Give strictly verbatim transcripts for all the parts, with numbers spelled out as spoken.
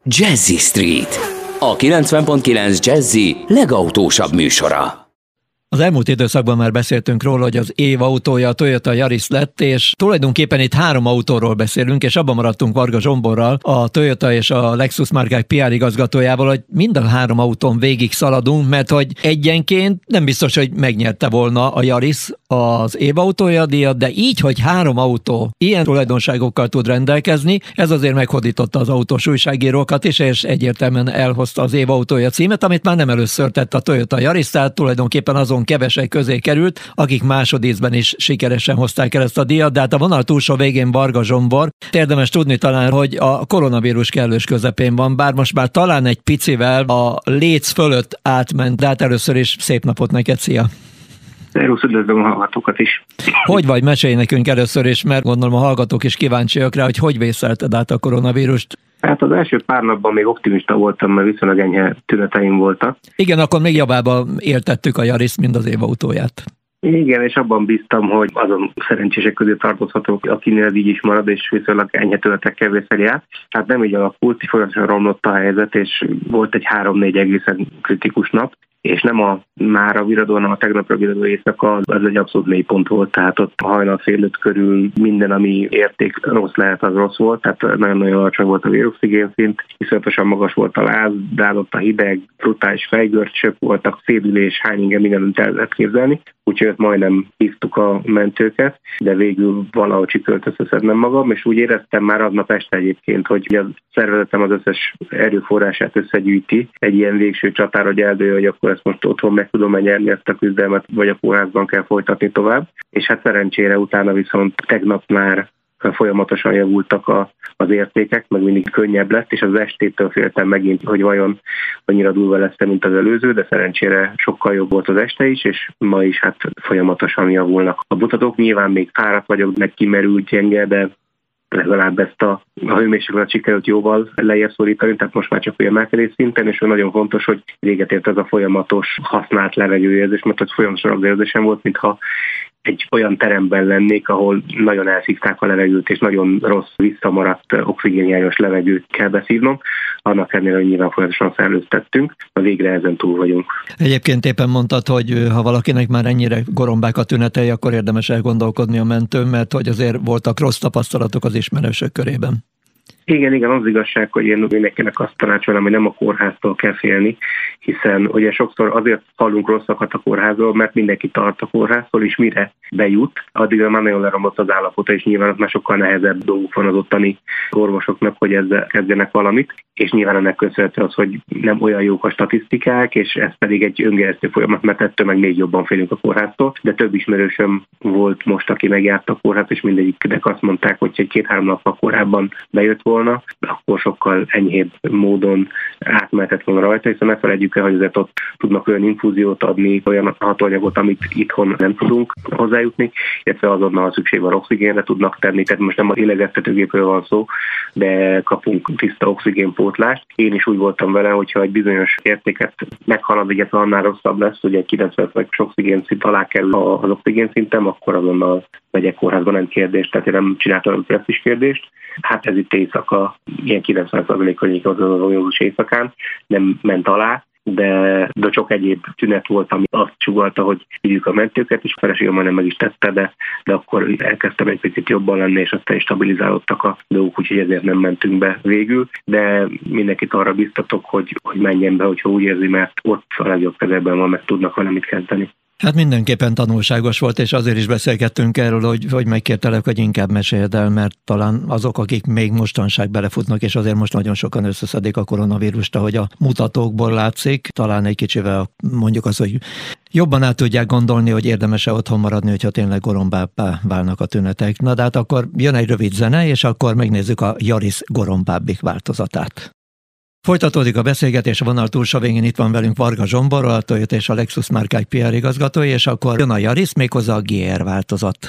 Jazzy Street, a kilencven pont kilenc Jazzy legautósabb műsora. Az elmúlt időszakban már beszéltünk róla, hogy az év autója a Toyota Yaris lett, és tulajdonképpen itt három autóról beszélünk, és abban maradtunk Varga Zsomborral, a Toyota és a Lexus márkák pé er igazgatójával, hogy mind a három autón végig szaladunk, mert hogy egyenként nem biztos, hogy megnyerte volna a Yaris az év autója díjat, de így, hogy három autó ilyen tulajdonságokkal tud rendelkezni, ez azért meghódította az autós újságírókat is, és egyértelműen elhozta az év autója címet, amit már nem először tett a Toyota Yaris, tehát tulajdonképpen azon kevesek közé került, akik másodízben is sikeresen hozták el ezt a díjat, de hát a vonal túlsó végén Varga Zsombor. Érdemes tudni talán, hogy a koronavírus kellős közepén van, bár most már talán egy picivel a léc fölött átment, de hát először is szép napot neked, szia! Szervusz, üdvözlöm a hallgatókat is! Hogy vagy? Mesélj nekünk először is, mert gondolom a hallgatók is kíváncsiak rá, hogy hogy vészelted át a koronavírust. Hát az első pár napban még optimista voltam, mert viszonylag enyhe tüneteim voltak. Igen, akkor még javába értettük a Yaris, mint az év autóját. Igen, és abban bíztam, hogy azon szerencsések közé tartozhatok, akinél ez így is marad, és viszonylag enyhe tünetekkel vészeli át. Hát nem így alakult, folyamatosan romlott a helyzet, és volt egy három-négy egészen kritikus nap, és nem a már a viradó, hanem a tegnapra viradó éjszaka, az egy abszolút mélypont volt, tehát ott hajnal fél öt körül minden, ami érték rossz lehet, az rossz volt, tehát nagyon-nagyon alacsony volt a véroxigén szint, iszonyatosan magas volt a láz, ráadott a hideg, brutális fejgörcsök voltak, szédülés, hány inge, mindent el lehet képzelni, úgyhogy majdnem hívtuk a mentőket, de végül valahogy sikerült összeszednem magam, és úgy éreztem már aznap este egyébként, hogy a szervezetem az összes erőforrását összegyűjti egy ilyen végső csatára, hogy eldőjön, hogy akkor ezt most otthon meg tudom nyerni ezt a küzdelmet, vagy a kórházban kell folytatni tovább. És hát szerencsére utána viszont tegnap már folyamatosan javultak a, az értékek, meg mindig könnyebb lett, és az estétől féltem megint, hogy vajon annyira durva lesz, mint az előző, de szerencsére sokkal jobb volt az este is, és ma is hát folyamatosan javulnak a mutatók. Nyilván még fáradt vagyok, meg kimerült, gyenge, de legalább ezt a, a hőmérsékletet sikerült jóval lejjebb szorítani, tehát most már csak olyan emelkedés szinten, és nagyon fontos, hogy véget ért ez a folyamatos használt levegőérzés, mert hogy folyamatosan az érzésem volt, mintha egy olyan teremben lennék, ahol nagyon elszívták a levegőt, és nagyon rossz, visszamaradt oxigénhiányos levegőt kell beszívnom. Annak ellenére, hogy nyilván folyamatosan szellőztettünk, a végre ezen túl vagyunk. Egyébként éppen mondtad, hogy ha valakinek már ennyire gorombák a tünetei, akkor érdemes elgondolkodni a mentőn, mert hogy azért voltak rossz tapasztalatok az ismerősök körében. Igen, igen, az igazság, hogy én mindenkinek azt tanácsolom, hogy nem a kórháztól kell félni, hiszen ugye sokszor azért hallunk rosszakat a kórházról, mert mindenki tart a kórháztól, és mire bejut, addigra már nagyon leromlott az állapota, és nyilván már sokkal nehezebb dolguk van az ottani orvosoknak, hogy ezzel kezdjenek valamit, és nyilván ennek köszönhető az, hogy nem olyan jók a statisztikák, és ez pedig egy öngeresztő folyamat, mert ettől meg még jobban félünk a kórháztól, de több ismerősöm volt most, aki megjárta a kórház, és mindegyiknek azt mondták, hogy egy két-három nappal korábban bejött volna, akkor sokkal enyhébb módon átmehetett volna rajta, hiszen ne felejtjük el, hogy azért ott tudnak olyan infúziót adni, olyan hatóanyagot, amit itthon nem tudunk hozzájutni, illetve azonnal szükség van oxigénre tudnak tenni, tehát most nem a lélegeztetőgépről van szó, de kapunk tiszta oxigénpótlást. Én is úgy voltam vele, hogyha egy bizonyos értéket meghalad, illetve annál rosszabb lesz, hogy egy kilencven-es oxigénszint alá kerül az oxigénszintem, akkor azonnal megyek kórházban, nem kérdés, tehát én nem csináltam ezt is kérdést. Hát ez itt éjszaka, ilyen kilencven százalék környékén az az éjszakán, nem ment alá, de, de csak egyéb tünet volt, ami azt csugalta, hogy vigyük a mentőket, és a feleségem majdnem meg is tette, de, de akkor elkezdtem egy picit jobban lenni, és aztán is stabilizálódtak a dolgok, úgyhogy ezért nem mentünk be végül, de mindenkit arra biztatok, hogy, hogy menjen be, hogyha úgy érzi, mert ott a legjobb kezekben van, meg tudnak vele mit kezdeni. Hát mindenképpen tanulságos volt, és azért is beszélgettünk erről, hogy, hogy megkértelek, hogy inkább meséld el, mert talán azok, akik még mostanság belefutnak, és azért most nagyon sokan összeszedik a koronavírust, ahogy a mutatókból látszik, talán egy kicsivel mondjuk az, hogy jobban át tudják gondolni, hogy érdemes-e otthon maradni, hogyha tényleg gorombábbá válnak a tünetek. Na de hát akkor jön egy rövid zene, és akkor megnézzük a Yaris gorombábbik változatát. Folytatódik a beszélgetés, a vonal túlsó végén itt van velünk Varga Zsombor, a Toyota és a Lexus márkák pé er igazgatója, és akkor jön a Yaris, méghozzá a gé er változat.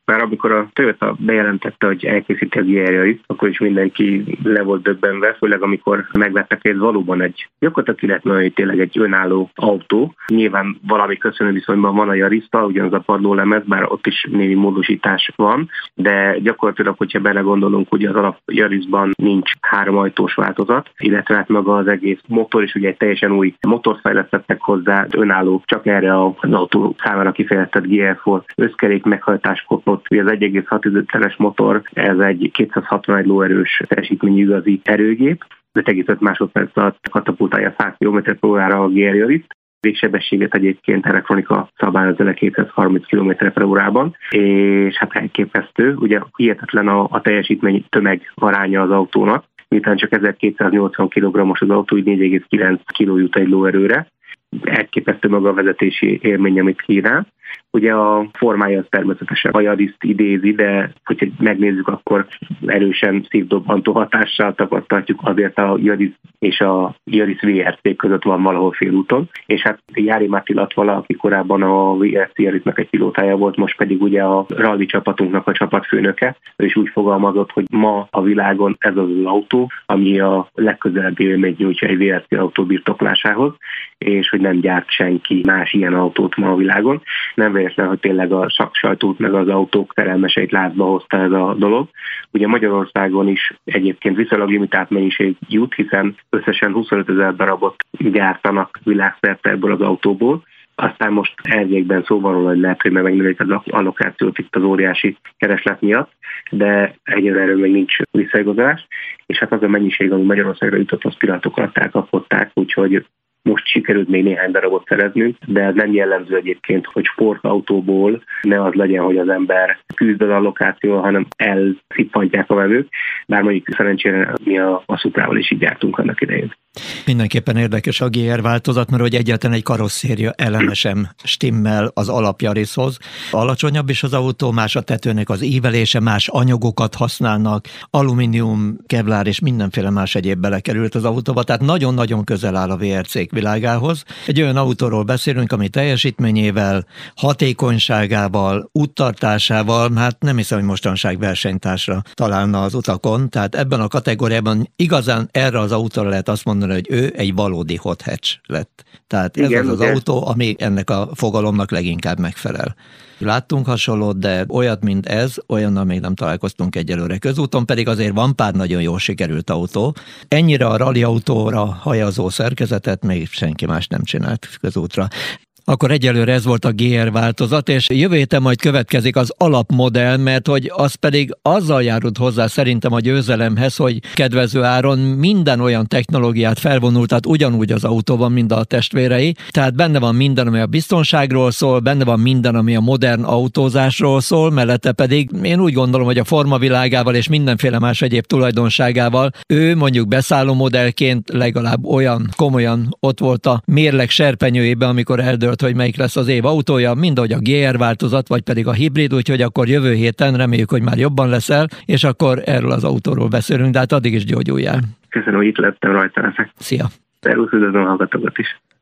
Már amikor a Toyota bejelentette, hogy elkészíti a gé er Yaris, akkor is mindenki le volt döbbenve, főleg amikor megvettek, hogy ez valóban egy gyakorlatilag ki lehet mondani, hogy tényleg egy önálló autó. Nyilván valami köszönő viszonyban van a Yaris-tal, ugyanaz a padlólemez, bár ott is némi módosítás van, de gyakorlatilag, hogyha belegondolunk, hogy az alap Yarisban nincs három ajtós változat, illetve hát maga az egész motor is ugye egy teljesen új motort fejlesztettek hozzá, önálló, csak erre az autó számára kifejlesztett gé er négy összkerék meghajtás kopott, az egy egész hat literes motor, ez egy kétszázhatvanegy lóerős teljesítményű igazi erőgép, öt egész öt másodperc alatt katapultálja száz kilométer per órára a gé er Yaris. Végsebességet egyébként elektronika szabályozza le kétszázharminc kilométer per órában, és hát elképesztő, ugye hihetetlen a, a teljesítmény tömeg aránya az autónak, miután csak ezerkétszáznyolcvan kilogrammos az autó, így négy egész kilenc kiló jut egy lóerőre. Elképesztő maga a vezetési élmény, amit kínál. Ugye a formája az természetesen a Yaris-t idézi, de hogyha megnézzük, akkor erősen szívdobbantó hatással tapasztaljuk, azért a Yaris és a Yaris vé er cé között van valahol félúton. És hát Jári Mátylat valaki korábban a vé er cé Yarisnak egy pilótája volt, most pedig ugye a rally csapatunknak a csapatfőnöke. Ő is úgy fogalmazott, hogy ma a világon ez az az autó, ami a legközelebbi élményt nyújtja egy vé er cé autó birtoklásához, és hogy nem gyárt senki más ilyen autót ma a világon. Nem véletlen, hogy tényleg a saksajtót meg az autók szerelmeseit lázba hozta ez a dolog. Ugye Magyarországon is egyébként viszonylag limitált mennyiség jut, hiszen összesen huszonötezer darabot gyártanak világszerte ebből az autóból. Aztán most elvégben szó van róla, hogy lehet, hogy megnövelik az allokációt itt az óriási kereslet miatt, de egyre erről még nincs visszaigazolás. És hát az a mennyiség, ami Magyarországra jutott, az pillanatok alatt elkapották, úgyhogy most sikerült még néhány darabot szereznünk, de ez nem jellemző egyébként, hogy sportautóból ne az legyen, hogy az ember küzd az allokációval, hanem elszippantják a vevők, bár mondjuk szerencsére mi a, a Suprával is így jártunk annak idején. Mindenképpen érdekes a gé er változat, mert hogy egyáltalán egy karosszéria eleme sem stimmel az alap Yarishoz. Alacsonyabb is az autó, más a tetőnek az ívelése, más anyagokat használnak, alumínium, kevlár és mindenféle más egyéb belekerült az autóba, tehát nagyon-nagyon közel áll a vé er cé világához. Egy olyan autóról beszélünk, ami teljesítményével, hatékonyságával, úttartásával, hát nem hiszem, hogy mostanság versenytársra találna az utakon, tehát ebben a kategóriában igazán erre az autóra lehet azt mondani, hogy ő egy valódi hot hatch lett. Tehát ez Igen, az az ugye? autó, ami ennek a fogalomnak leginkább megfelel. Láttunk hasonlót, de olyat, mint ez, olyannal még nem találkoztunk egyelőre. Közúton pedig azért van pár nagyon jól sikerült autó. Ennyire a rally autóra hajazó szerkezetet még senki más nem csinált közútra. Akkor egyelőre ez volt a gé er változat, és jövő héten majd következik az alapmodell, mert hogy az pedig azzal járult hozzá szerintem a győzelemhez, hogy kedvező áron minden olyan technológiát felvonult, tehát ugyanúgy az autóban, mint a testvérei, tehát benne van minden, ami a biztonságról szól, benne van minden, ami a modern autózásról szól, mellette pedig én úgy gondolom, hogy a formavilágával és mindenféle más egyéb tulajdonságával ő mondjuk beszálló modellként legalább olyan komolyan ott volt a mérleg serpenyőjében, amikor eldőlt, hogy melyik lesz az év autója, mind ahogy a gé er változat, vagy pedig a hibrid, úgyhogy akkor jövő héten reméljük, hogy már jobban leszel, és akkor erről az autóról beszélünk, de hát addig is gyógyuljál. Köszönöm, hogy itt lettem rajta leszek. Szia! Szervusz, üdvözlöm a hallgatókat is!